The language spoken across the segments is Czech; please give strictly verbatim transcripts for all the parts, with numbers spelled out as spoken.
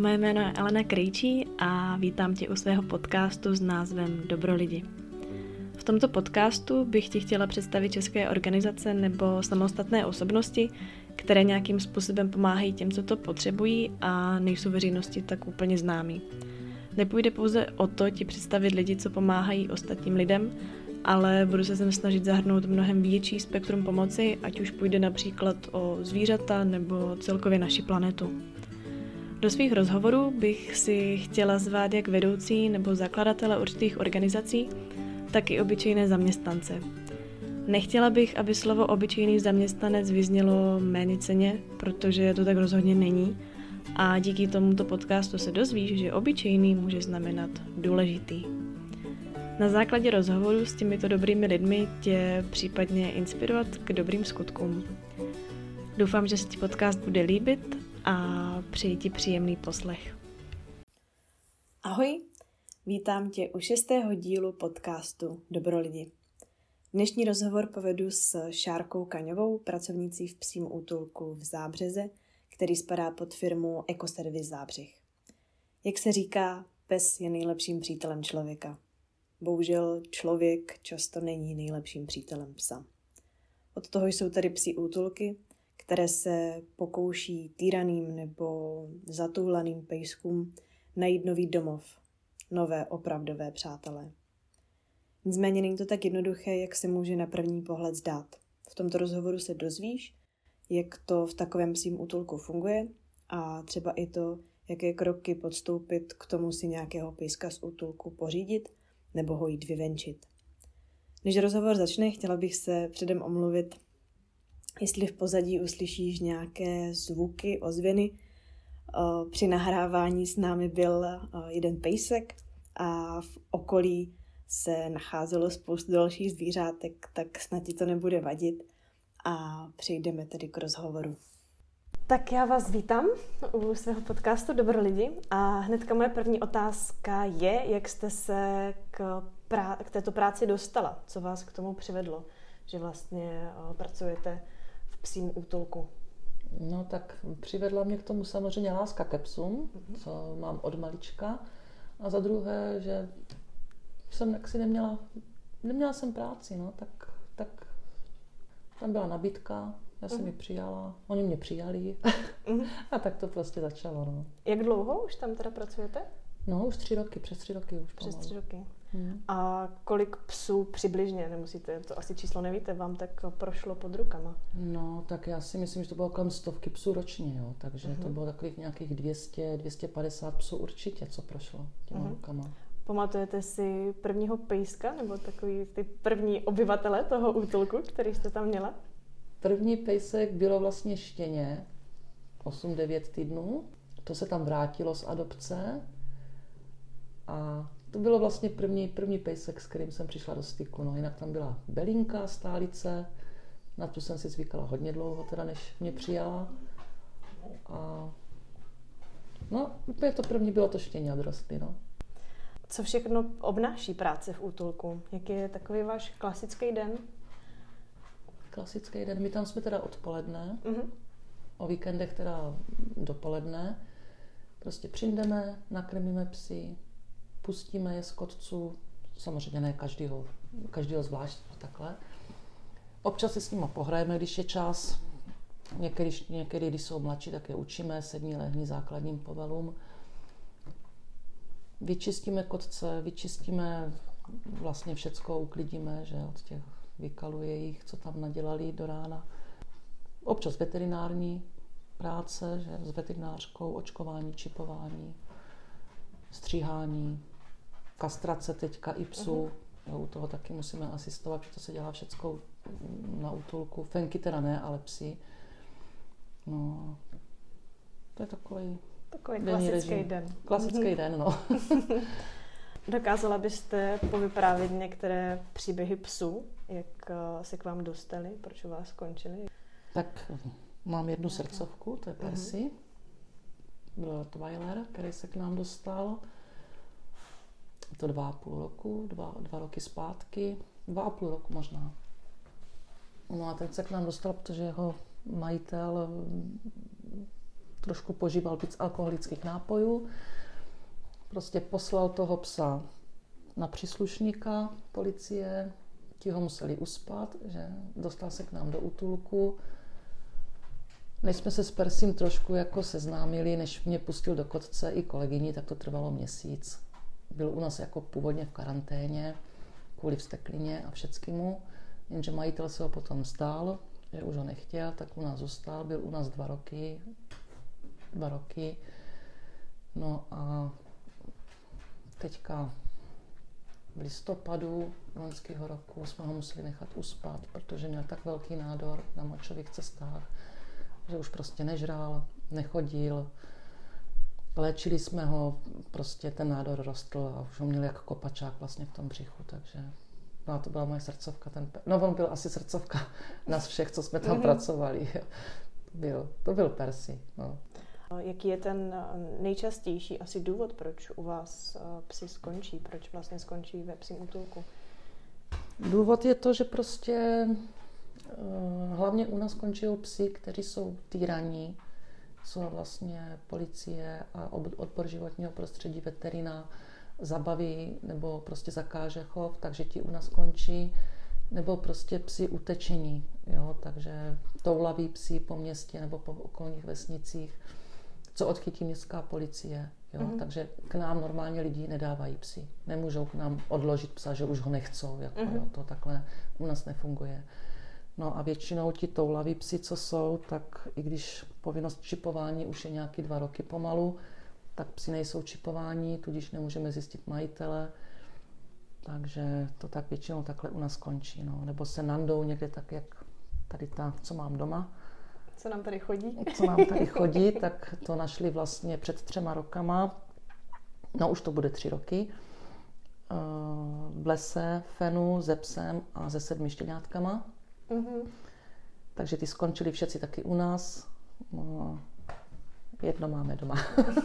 Moje jméno je Elena Krejčí a vítám tě u svého podcastu s názvem Dobro lidi. V tomto podcastu bych ti chtěla představit české organizace nebo samostatné osobnosti, které nějakým způsobem pomáhají těm, co to potřebují a nejsou veřejnosti tak úplně známí. Nepůjde pouze o to ti představit lidi, co pomáhají ostatním lidem, ale budu se sem snažit zahrnout mnohem větší spektrum pomoci, ať už půjde například o zvířata nebo celkově naši planetu. Do svých rozhovorů bych si chtěla zvát jak vedoucí nebo zakladatele určitých organizací, tak i obyčejné zaměstnance. Nechtěla bych, aby slovo obyčejný zaměstnanec vyznělo méněcenně, protože to tak rozhodně není. A díky tomuto podcastu se dozvíš, že obyčejný může znamenat důležitý. Na základě rozhovoru s těmito dobrými lidmi tě případně inspirovat k dobrým skutkům. Doufám, že se ti podcast bude líbit a přeji ti příjemný poslech. Ahoj, vítám tě u šestého dílu podcastu Dobro lidi. Dnešní rozhovor povedu s Šárkou Kaňovou, pracovnicí v psím útulku v Zábřeze, který spadá pod firmu Ekoservice Zábřeh. Jak se říká, pes je nejlepším přítelem člověka. Bohužel člověk často není nejlepším přítelem psa. Od toho jsou tady psí útulky, které se pokouší týraným nebo zatuhlaným pejskům najít nový domov, nové opravdové přátelé. Nicméně není to tak jednoduché, jak se může na první pohled zdát. V tomto rozhovoru se dozvíš, jak to v takovém psím útulku funguje a třeba i to, jaké kroky podstoupit k tomu si nějakého pejska z útulku pořídit nebo ho jít vyvenčit. Než rozhovor začne, chtěla bych se předem omluvit, jestli v pozadí uslyšíš nějaké zvuky, ozvěny. Při nahrávání s námi byl jeden pejsek a v okolí se nacházelo spoustu dalších zvířátek, tak snad ti to nebude vadit a přejdeme tedy k rozhovoru. Tak já vás vítám u svého podcastu Dobro lidi a hnedka moje první otázka je, jak jste se k, prá- k této práci dostala, co vás k tomu přivedlo, že vlastně pracujete v psím útulku. No tak přivedla mě k tomu samozřejmě láska ke psům, mm-hmm. co mám od malička. A za druhé, že jsem jaksi neměla, neměla jsem práci, no, tak, tak tam byla nabídka, já jsem mm-hmm. ji přijala, oni mě přijali mm-hmm. a tak to prostě začalo. No. Jak dlouho už tam teda pracujete? No už tři roky, přes tři roky už. Přes tři roky. Hmm. A kolik psů přibližně, nemusíte, to asi číslo nevíte, vám tak prošlo pod rukama? No, tak já si myslím, že to bylo kolem stovky psů ročně, jo, takže uh-huh. to bylo takových nějakých dvě stě, dvě stě padesát psů určitě, co prošlo těma uh-huh. rukama. Pamatujete si prvního pejska, nebo takový ty první obyvatele toho útulku, který jste tam měla? První pejsek bylo vlastně štěně, osm devět týdnů, to se tam vrátilo z adopce a to bylo vlastně první, první pejsek, s kterým jsem přišla do styku. No, jinak tam byla Belinka, stálice, na tu jsem si zvykala hodně dlouho, teda než mě přijala. A no, úplně to první bylo to štěně a dorostly, no. Co všechno obnáší práce v útulku? Jaký je takový váš klasický den? Klasický den, my tam jsme teda odpoledne, mm-hmm. o víkendech teda dopoledne. Prostě přijdeme, nakrmíme psy, pustíme je z kotců, samozřejmě ne každýho, každýho zvlášť takhle. Občas si s nimi pohrajeme, když je čas. Někdy, někdy, když jsou mladší, tak je učíme sední, lehní základním povelům. Vyčistíme kotce, vyčistíme vlastně všecko, uklidíme, že od těch vykalů jejich, co tam nadělali do rána. Občas veterinární práce, že s veterinářkou, očkování, čipování, stříhání, kastrace teďka i psů. Uh-huh. Jo, u toho taky musíme asistovat, protože to se dělá všecko na útulku. Fenky teda ne, ale psy. No, to je takový Takový klasický režim. den. Klasický uh-huh. den, no. Dokázala byste povyprávět některé příběhy psů, jak se k vám dostali, proč u vás skončili? Tak mám jednu srdcovku, to je Percy. Uh-huh. Byl Rottweiler, který se k nám dostal. Je to dva a půl roku, dva, dva roky zpátky, dva a půl roku možná. No a ten se k nám dostal, protože jeho majitel trošku požíval víc alkoholických nápojů. Prostě poslal toho psa na příslušníka policie, ti ho museli uspat, že dostal se k nám do útulku. Než jsme se s Persím trošku jako seznámili, než mě pustil do kotce i kolegyni, tak to trvalo měsíc. Byl u nás jako původně v karanténě, kvůli vzteklině a všeckému, jenže majitel se ho potom vzdal, že už ho nechtěl, tak u nás zůstal, byl u nás dva roky, dva roky. No a teďka v listopadu loňského roku jsme ho museli nechat uspat, protože měl tak velký nádor na močových cestách, že už prostě nežral, nechodil. Léčili jsme ho, prostě ten nádor rostl a už ho měl jak kopačák vlastně v tom břichu, takže no a to byla moje srdcovka. Ten, no on byl asi srdcovka nás všech, co jsme tam mm-hmm. pracovali. To byl, to byl Percy. No. Jaký je ten nejčastější asi důvod, proč u vás psi skončí, proč vlastně skončí ve psím útulku? Důvod je to, že prostě hlavně u nás skončí psi, kteří jsou týraní, jsou vlastně policie a odbor životního prostředí, veterina zabaví nebo prostě zakáže chov, takže ti u nás končí, nebo prostě psi utečení, jo, takže toulaví psi po městě nebo po okolních vesnicích, co odchytí městská policie, jo, mm-hmm. takže k nám normálně lidi nedávají psy, nemůžou k nám odložit psa, že už ho nechcou, jako, mm-hmm. jo, to takhle u nás nefunguje. No a většinou ti toulaví psi, co jsou, tak i když povinnost čipování už je nějaký dva roky pomalu, tak psi nejsou čipováni, tudíž nemůžeme zjistit majitele, takže to tak většinou takhle u nás končí. No. Nebo se nandou někde tak, jak tady ta, co mám doma. Co nám tady chodí? Co nám tady chodí, tak to našli vlastně před třema rokama, no už to bude tři roky, v lese fenu se psem a se sedmi štěňátkama. Mm-hmm. Takže ty skončili všetci taky u nás. No, jedno máme doma.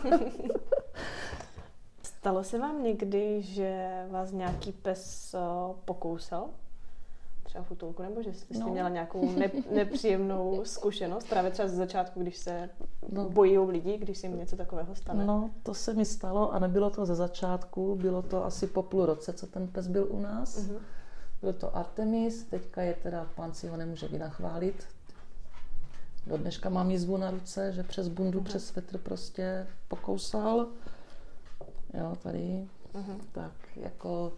Stalo se vám někdy, že vás nějaký pes pokousal? Třeba v útulku, nebo že jste no. měla nějakou ne- nepříjemnou zkušenost? Právě třeba ze začátku, když se no. bojí lidi, když se jim něco takového stane? No, to se mi stalo a nebylo to ze začátku, bylo to asi po půl roce, co ten pes byl u nás. Mm-hmm. Byl to Artemis, teďka je teda, pán si ho nemůže vynachválit. Do dneška mám jizvu na ruce, že přes bundu, uh-huh. přes svetr prostě pokousal. Jo, tady. Uh-huh. Tak jako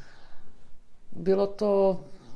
bylo to,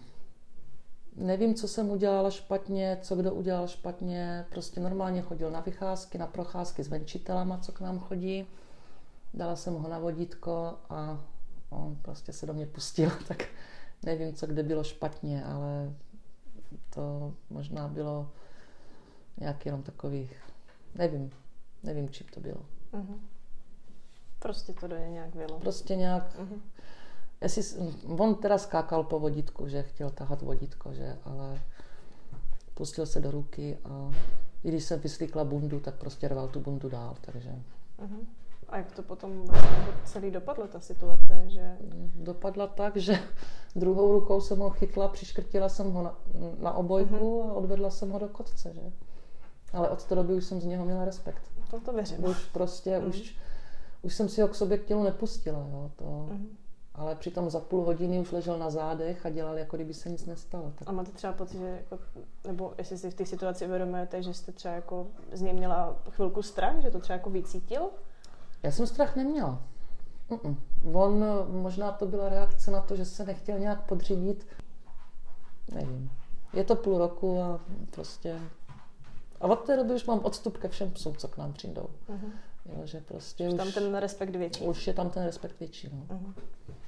nevím, co jsem udělala špatně, co kdo udělal špatně. Prostě normálně chodil na vycházky, na procházky s venčitelama, co k nám chodí. Dala jsem ho na vodítko a on prostě se do mě pustil, tak nevím, co kde bylo špatně, ale to možná bylo nějaký jenom takových, nevím, nevím, čím to bylo. Uh-huh. Prostě to do něj nějak bylo. Prostě nějak, uh-huh. jestli, on teda skákal po vodítku, že chtěl tahat vodítko, že, ale pustil se do ruky a i když jsem vyslíkla bundu, tak prostě rval tu bundu dál, takže. Uh-huh. A jak to potom vlastně celý dopadlo, ta situace, že? Dopadla tak, že druhou rukou jsem ho chytla, přiškrtila jsem ho na, na obojku uh-huh. a odvedla jsem ho do kotce, že? Ale od té doby už jsem z něho měla respekt. To to věřím. Už prostě, uh-huh. už, už jsem si ho k sobě k tělu nepustila, jo, to. Uh-huh. Ale přitom za půl hodiny už ležel na zádech a dělal, jako kdyby se nic nestalo. Tak. A máte třeba pocit, že jako, nebo jestli si v té situaci uvědomujete, že jste třeba jako z něj měla chvilku strach, že to třeba jako vycítil? Já jsem strach neměla. Mm-mm. On, možná to byla reakce na to, že se nechtěl nějak podřídit. Nevím. Je to půl roku a prostě... A od té doby už mám odstup ke všem psům, co k nám přijdou. Uh-huh. Jo, že prostě už, už tam ten respekt větší. Už je tam ten respekt větší. No. Uh-huh.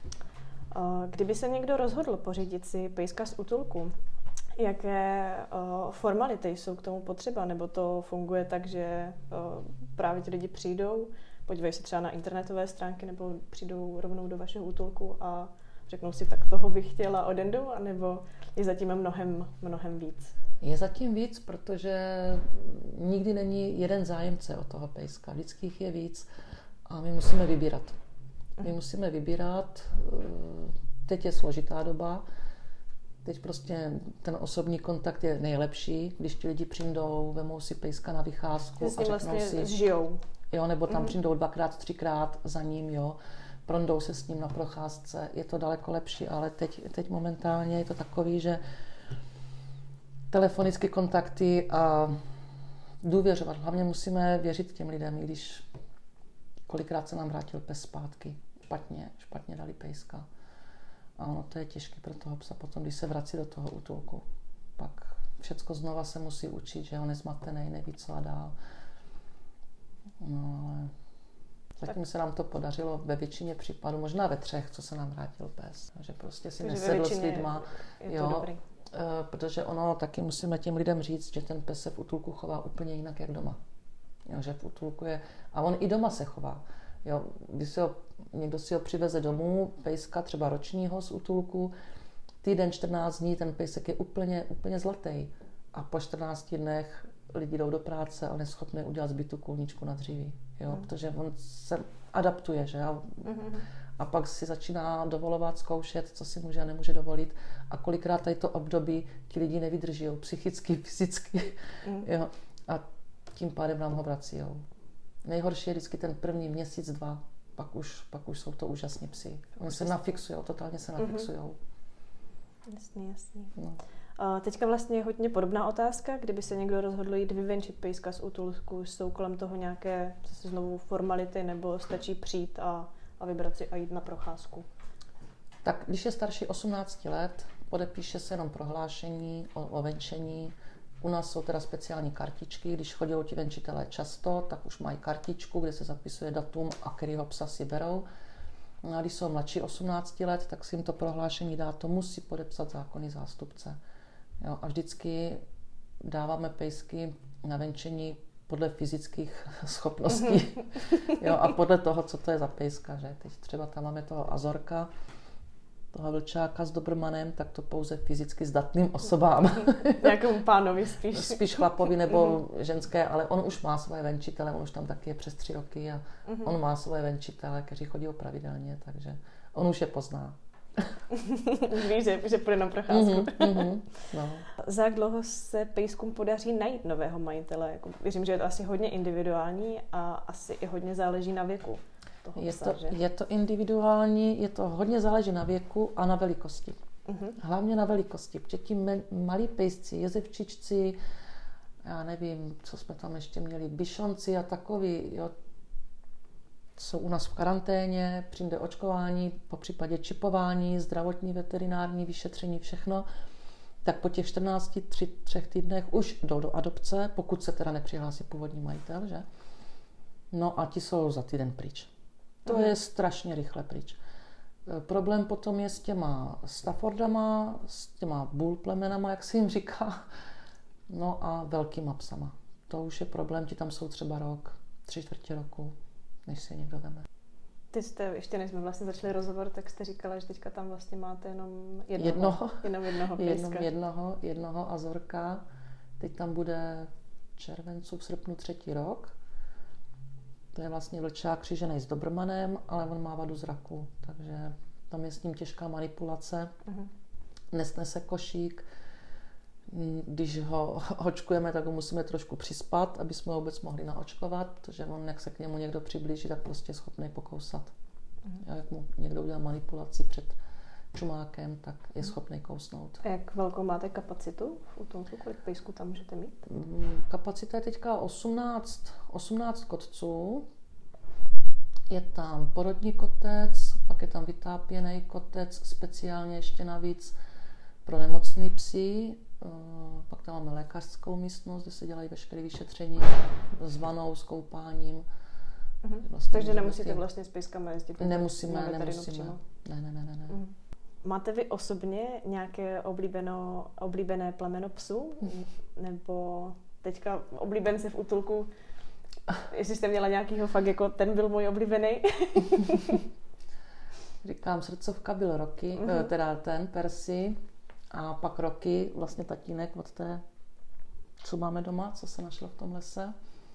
Kdyby se někdo rozhodl pořídit si pejska z útulku, jaké uh, formality jsou k tomu potřeba? Nebo to funguje tak, že uh, právě ti lidi přijdou, podívají se třeba na internetové stránky nebo přijdou rovnou do vašeho útulku a řeknou si, tak toho bych chtěla odejdu, anebo je zatím mnohem, mnohem víc? Je zatím víc, protože nikdy není jeden zájemce o toho pejska. Vždycky jich je víc a my musíme vybírat. My musíme vybírat, teď je složitá doba, Teď prostě ten osobní kontakt je nejlepší, když ti lidi přijdou, vemou si pejska na vycházku a řeknou vlastně si... žijou. Jo, nebo tam mm-hmm. přijdou dvakrát, třikrát za ním, jo. Prondou se s ním na procházce, je to daleko lepší, ale teď, teď momentálně je to takový, že telefonické kontakty a důvěřovat. Hlavně musíme věřit těm lidem, i když kolikrát se nám vrátil pes zpátky. Špatně, špatně dali pejska. A ono to je těžké pro toho psa potom, když se vrací do toho útulku. Pak všecko znova se musí učit, že on je zmatený, neví co a dál. No ale zatím tak se nám to podařilo ve většině případů, možná ve třech, co se nám vrátil pes. Že prostě si nesedl s lidma. Je to jo, dobrý. Protože ono taky musíme těm lidem říct, že ten pes se v útulku chová úplně jinak, jak doma. Jo, že v útulku je... A on i doma se chová. Jo, když si ho, někdo si ho přiveze domů, pejska třeba ročního z útulku, týden, čtrnáct dní, ten pejsek je úplně, úplně zlatý. A po čtrnácti dnech lidi jdou do práce, ale neschopný udělat z bytu kůlničku na dříví. Jo, mm. protože on se adaptuje, že jo. Mm-hmm. A pak si začíná dovolovat, zkoušet, co si může a nemůže dovolit. A kolikrát tady to období ti lidi nevydrží, psychicky, fyzicky. Mm. Jo. A tím pádem nám ho vrací. Jo. Nejhorší je vždycky ten první měsíc, dva. Pak už, pak už jsou to úžasní psi. Oni se nafixujou, totálně se nafixujou. Mm-hmm. Jasný, jasný. No. Uh, teďka vlastně je hodně podobná otázka. Kdyby se někdo rozhodl jít vyvenčit pejska z útulku, jsou kolem toho nějaké zase znovu formality, nebo stačí přijít a a vybrat si a jít na procházku? Tak když je starší osmnáct let, podepíše se jenom prohlášení o, o venčení. U nás jsou teda speciální kartičky, když chodí ti venčitelé často, tak už mají kartičku, kde se zapisuje datum a kterýho psa si berou. A když jsou mladší osmnáct let, tak si jim to prohlášení dá, to musí podepsat zákonný zástupce. Jo, a vždycky dáváme pejsky na venčení podle fyzických schopností jo, a podle toho, co to je za pejska. Že? Teď třeba tam máme toho Azorka, toho vlčáka s Dobermanem, tak to pouze fyzicky zdatným osobám. Nějakému pánovi spíš. Spíš chlapovi nebo ženské, ale on už má svoje venčitele, on už tam taky je přes tři roky a on má svoje venčitele, kteří chodí pravidelně, takže on už je pozná. Víš, že, že půjde na procházku. Mm-hmm, mm-hmm, no. Za jak dlouho se pejskům podaří najít nového majitele? Jako, věřím, že je to asi hodně individuální a asi i hodně záleží na věku toho je psa, to, že? Je to individuální, je to hodně záleží na věku a na velikosti. Mm-hmm. Hlavně na velikosti, protože ti malí pejsci, jezevčičci, já nevím, co jsme tam ještě měli, bišonci a takový, jo, jsou u nás v karanténě, přijde očkování, po případě čipování, zdravotní, veterinární vyšetření, všechno, tak po těch čtrnácti, třech týdnech už jdou do adopce, pokud se teda nepřihlásí původní majitel, že? No a ti jsou za týden pryč. To mm. je strašně rychle pryč. Problém potom je s těma Staffordama, s těma bull plemenama, jak se jim říká, no a velkýma psama. To už je problém, ti tam jsou třeba rok, tři čtvrtě roku, než si je někdo veme. Ty jste, ještě než jsme vlastně začali rozhovor, tak jste říkala, že teďka tam vlastně máte jenom jednoho, jednoho, jenom jednoho pejska. Jenom jednoho, jednoho Azorka. Teď tam bude v červencu, v srpnu třetí rok. To je vlastně vlčák křížený s Dobermanem, ale on má vadu zraku, takže tam je s ním těžká manipulace. Uh-huh. Nesnese košík. Když ho očkujeme, tak ho musíme trošku přispat, aby jsme ho vůbec mohli naočkovat, protože on, jak se k němu někdo přiblíží, tak prostě je schopný pokousat. Uh-huh. A jak mu někdo udělá manipulaci před čumákem, tak je schopný kousnout. A jak velkou máte kapacitu v útulku? Kolik pejsků tam můžete mít? Kapacita je teďka osmnáct, osmnáct kotců. Je tam porodní kotec, pak je tam vytápěný kotec, speciálně ještě navíc pro nemocný psy. Pak tam máme lékařskou místnost, kde se dělají veškeré vyšetření s vanou, s koupáním. Uh-huh. Vlastně takže nemusíte vlastně s pejskama jezdit? Nemusíme, nemusíme. Ne, ne, ne, ne. ne. Uh-huh. Máte vy osobně nějaké oblíbeno, oblíbené plemeno psů? Nebo teďka oblíbenci v útulku, jestli jste měla nějakýho fakt jako ten byl můj oblíbený? Říkám, srdcovka byl Rocky, uh-huh. teda ten Percy a pak Rocky, vlastně tatínek od té, co máme doma, co se našlo v tom lese.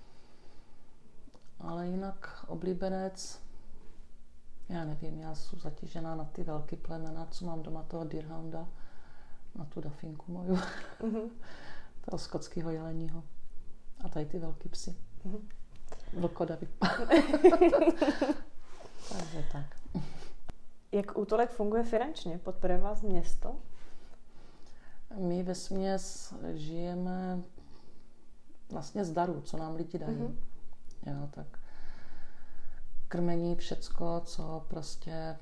Ale jinak oblíbenec, já nevím, já jsem zatížená na ty velký plemena, co mám doma, toho Deerhounda. na tu dafinku moju. Mm-hmm. Toho skotského jeleního. A tady ty velký psy. Mm-hmm. Vlkodavy. Takže tak. Jak útulek funguje finančně? Podporuje vás město? My vesměs žijeme vlastně z darů, co nám lidi dají. Mm-hmm. Jo, tak krmení, všecko, co prostě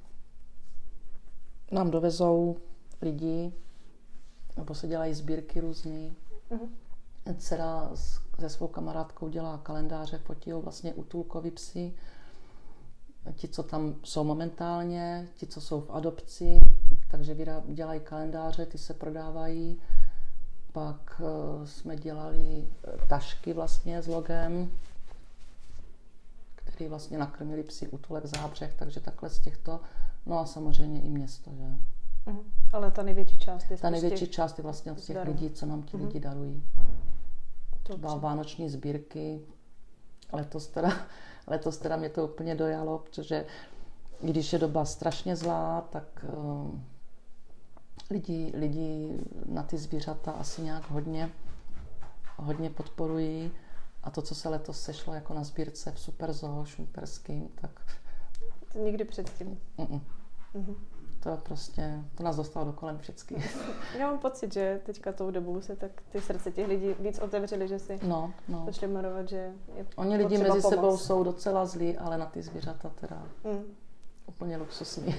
nám dovezou lidi, nebo se dělají sbírky různý. Mm-hmm. Dcera se svou kamarádkou dělá kalendáře, fotí vlastně útulkoví psy. Ti, co tam jsou momentálně, ti, co jsou v adopci, takže dělají kalendáře, ty se prodávají. Pak uh, jsme dělali tašky vlastně s logem, který vlastně nakrmili psy útulek Zábřeh, takže takhle z těchto, no a samozřejmě i město, že? Uh-huh. Ale ta největší část je Ta největší těch, část je vlastně od těch darů. lidí, co nám ti uh-huh. lidi darují. Třeba vánoční sbírky, letos teda, letos teda mě to úplně dojalo, protože když je doba strašně zlá, tak uh, lidi, lidi na ty zvířata asi nějak hodně, hodně podporují. A to, co se letos sešlo jako na sbírce v Super Zoo šumperským, tak... To nikdy předtím. Mm-mm. Mm-hmm. To je prostě, to nás dostalo do kolem vždycky. Já mám pocit, že teďka tou dobou se tak ty srdce těch lidí víc otevřely, že si no, no. začali marovat, že je Oni lidi mezi pomoc. sebou jsou docela zlí, ale na ty zvířata teda mm. úplně luxusní.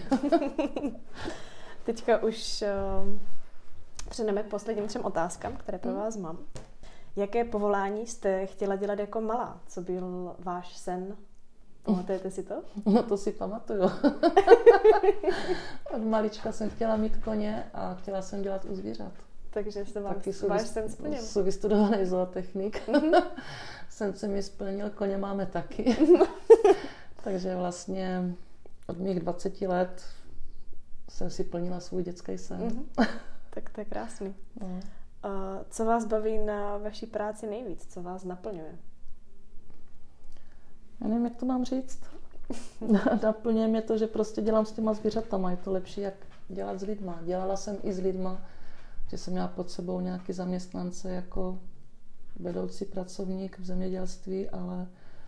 Teďka už uh, přejdeme k posledním třem otázkám, které pro vás mám. Jaké povolání jste chtěla dělat jako malá? Co byl váš sen? Pamatujete si to? No to si pamatuju. Od malička jsem chtěla mít koně a chtěla jsem dělat u zvířat. Takže jste vám váš sen splnil. Jsem vystudovaný zootechnik. Sen se mi splnil, koně máme taky. Takže vlastně od mých dvaceti let jsem si plnila svůj dětský sen. Mm-hmm. Tak to je krásný. No. Uh, co vás baví na vaší práci nejvíc? Co vás naplňuje? Já nevím, jak to mám říct. Naplňuje mě to, že prostě dělám s těma zvířatama. Je to lepší, jak dělat s lidma. Dělala jsem i s lidma, že jsem měla pod sebou nějaký zaměstnance jako vedoucí pracovník v zemědělství, ale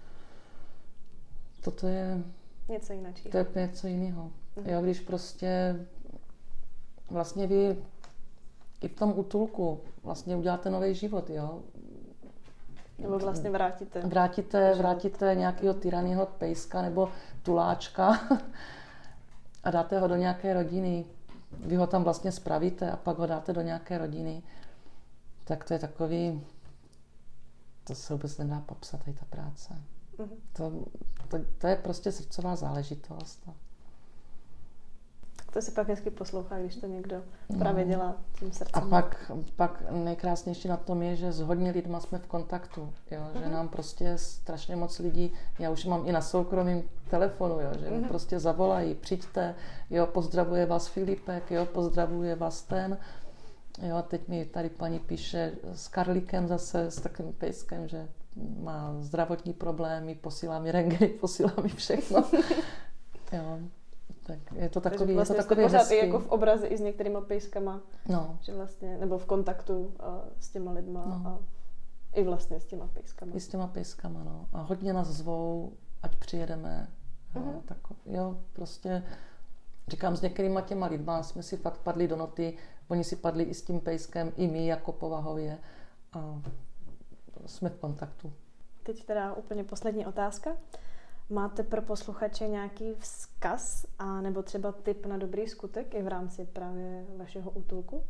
toto je něco jiného. To je něco jiného. Uh-huh. Jo, když prostě vlastně vy i v tom útulku vlastně uděláte nový život, jo. Nebo vlastně vrátíte. Vrátíte, vrátíte nějakého tyranního pejska nebo tuláčka a dáte ho do nějaké rodiny. Vy ho tam vlastně spravíte a pak ho dáte do nějaké rodiny. Tak to je takový, to se vůbec nedá popsat, tady ta práce. Uh-huh. To, to, to je prostě srdcová záležitost. To se pak hezky poslouchá, když to někdo právě dělá tím srdcem. A pak, pak nejkrásnější na tom je, že s hodně lidma jsme v kontaktu. Jo? Uh-huh. Že nám prostě strašně moc lidí, já už mám i na soukromém telefonu, jo? Že uh-huh. prostě zavolají, přijďte, jo, pozdravuje vás Filipek, jo, pozdravuje vás ten. Jo, teď mi tady paní píše s Karlíkem zase, s takovým pejskem, že má zdravotní problémy, posílá mi rentgeny, posílá mi všechno. Jo. Tak je to takový, vlastně je to takový hezký. I jako v obrazi i s některýma pejskama, no. Že vlastně, nebo v kontaktu uh, s těma lidma no. A i vlastně s těma pejskama. I s těma pejskama, no. A hodně nás zvou, ať přijedeme. Jo, uh-huh. tak, jo, prostě říkám, s některýma těma lidma jsme si fakt padli do noty, oni si padli i s tím pejskem, i my jako povahově a jsme v kontaktu. Teď teda úplně poslední otázka. Máte pro posluchače nějaký vzkaz a nebo třeba tip na dobrý skutek i v rámci právě vašeho útulku?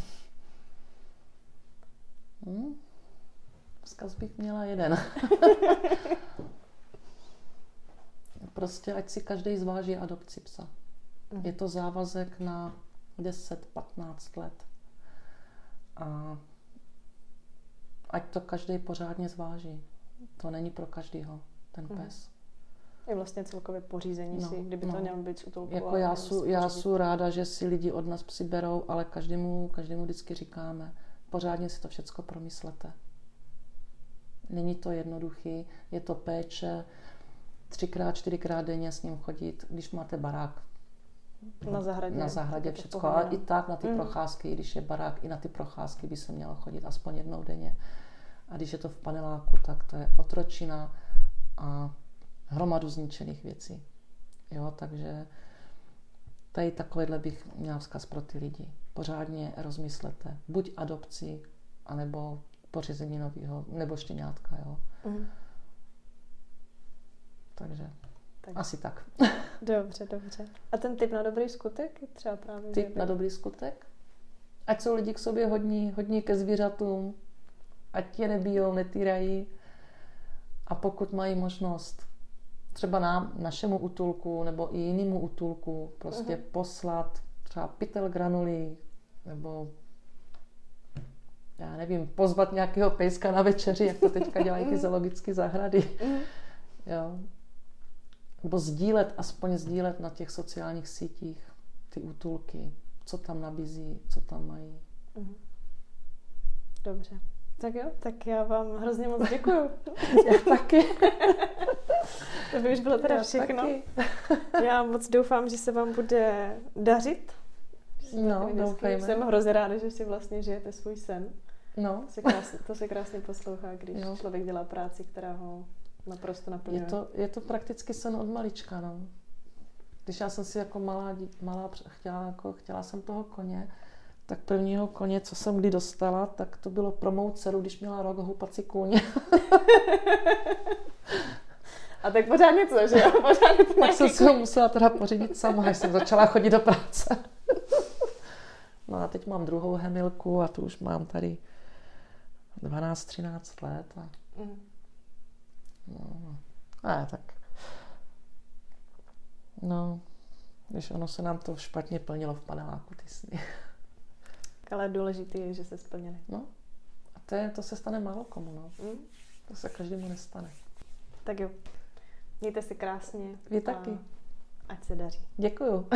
Hmm. Vzkaz bych měla jeden. Prostě ať si každý zváží adopci psa. Mm. Je to závazek na deset patnáct let. A ať to každý pořádně zváží. To není pro každýho ten pes. Mm. Je vlastně celkově pořízení no, si, kdyby no. to mělo být s útulkou. Jako já jsou já jsou ráda, že si lidi od nás psi berou, ale každému, každému vždycky říkáme, pořádně si to všecko promyslete. Není to jednoduchý, je to péče, třikrát, čtyřikrát denně s ním chodit. Když máte barák Na zahradě. Na zahradě všecko, ale i tak na ty mm. procházky, když je barák, i na ty procházky by se mělo chodit aspoň jednou denně. A když je to v paneláku, tak to je otročina a hromadu zničených věcí. Jo, takže tady takovýhle bych měla vzkaz pro ty lidi. Pořádně rozmyslete. Buď adopci, anebo pořízení nového, nebo štěňátka, jo. Mm. Takže tak. Asi tak. Dobře, dobře. A ten tip na dobrý skutek? Třeba právě tip na dobrý skutek? Ať jsou lidi k sobě hodní, hodní ke zvířatům, ať je nebijou, netýrají. A pokud mají možnost třeba nám, našemu útulku nebo i jinému útulku prostě uh-huh. poslat třeba pytel granulí nebo já nevím, pozvat nějakého pejska na večeři, jak to teďka dělají ty zoologické zahrady. Uh-huh. Jo. Nebo sdílet, aspoň sdílet na těch sociálních sítích ty útulky, co tam nabízí, co tam mají. Uh-huh. Dobře. Tak jo, tak já vám hrozně moc děkuju. Já taky. To by už bylo teda já všechno. Taky. Já moc doufám, že se vám bude dařit. No, doufejme. Jsem hrozně ráda, že si vlastně žijete svůj sen. No. To se krásně, to se krásně poslouchá, když jo. člověk dělá práci, která ho naprosto naplňuje. Je to, je to prakticky sen od malička, no. Když já jsem si jako malá, malá chtěla, jako, chtěla jsem toho koně, tak prvního koně, co jsem kdy dostala, tak to bylo pro mou dceru, když měla rok, houpací kůň. A tak pořád něco, že jo? Pořád to tak jsem si ho musela teda pořídit sama, než jsem začala chodit do práce. No a teď mám druhou Hemilku a tu už mám tady dvanáct třináct let. A... Mm. No, a tak. No, když ono se nám to špatně plnilo v paneláku, ty sny. Ale důležité je, že se splnily. No, a to, je, to se stane málo komu, no. Mm. To se každému nestane. Tak jo. Mějte si krásně. Vy taky. Ať se daří. Děkuju.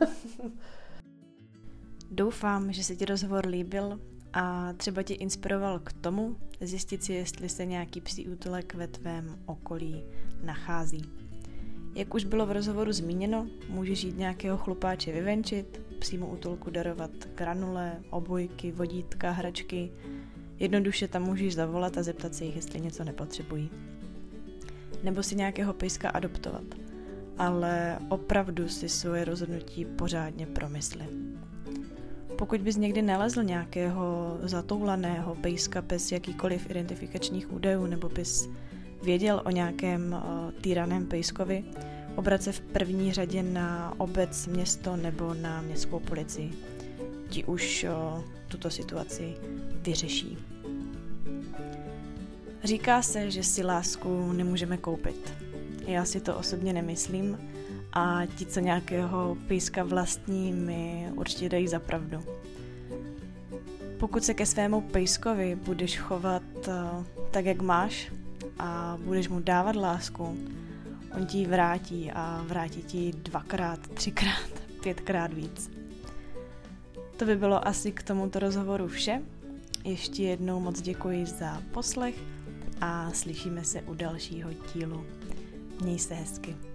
Doufám, že se ti rozhovor líbil a třeba tě inspiroval k tomu zjistit si, jestli se nějaký psí útulek ve tvém okolí nachází. Jak už bylo v rozhovoru zmíněno, můžeš jít nějakého chlupáče vyvenčit, psímu útulku darovat granule, obojky, vodítka, hračky. Jednoduše tam můžeš zavolat a zeptat se jich, jestli něco nepotřebují. Nebo si nějakého pejska adoptovat. Ale opravdu si svoje rozhodnutí pořádně promysli. Pokud bys někdy nalezl nějakého zatoulaného pejska bez jakýkoliv identifikačních údajů nebo bys věděl o nějakém uh, týraném pejskovi, obrat se v první řadě na obec, město nebo na městskou policii. Ti už uh, tuto situaci vyřeší. Říká se, že si lásku nemůžeme koupit. Já si to osobně nemyslím a ti, co nějakého pejska vlastní, mi určitě dají za pravdu. Pokud se ke svému pejskovi budeš chovat uh, tak, jak máš a budeš mu dávat lásku, on ti ji vrátí a vrátí ti dvakrát, třikrát, pětkrát víc. To by bylo asi k tomuto rozhovoru vše. Ještě jednou moc děkuji za poslech a slyšíme se u dalšího dílu. Měj se hezky.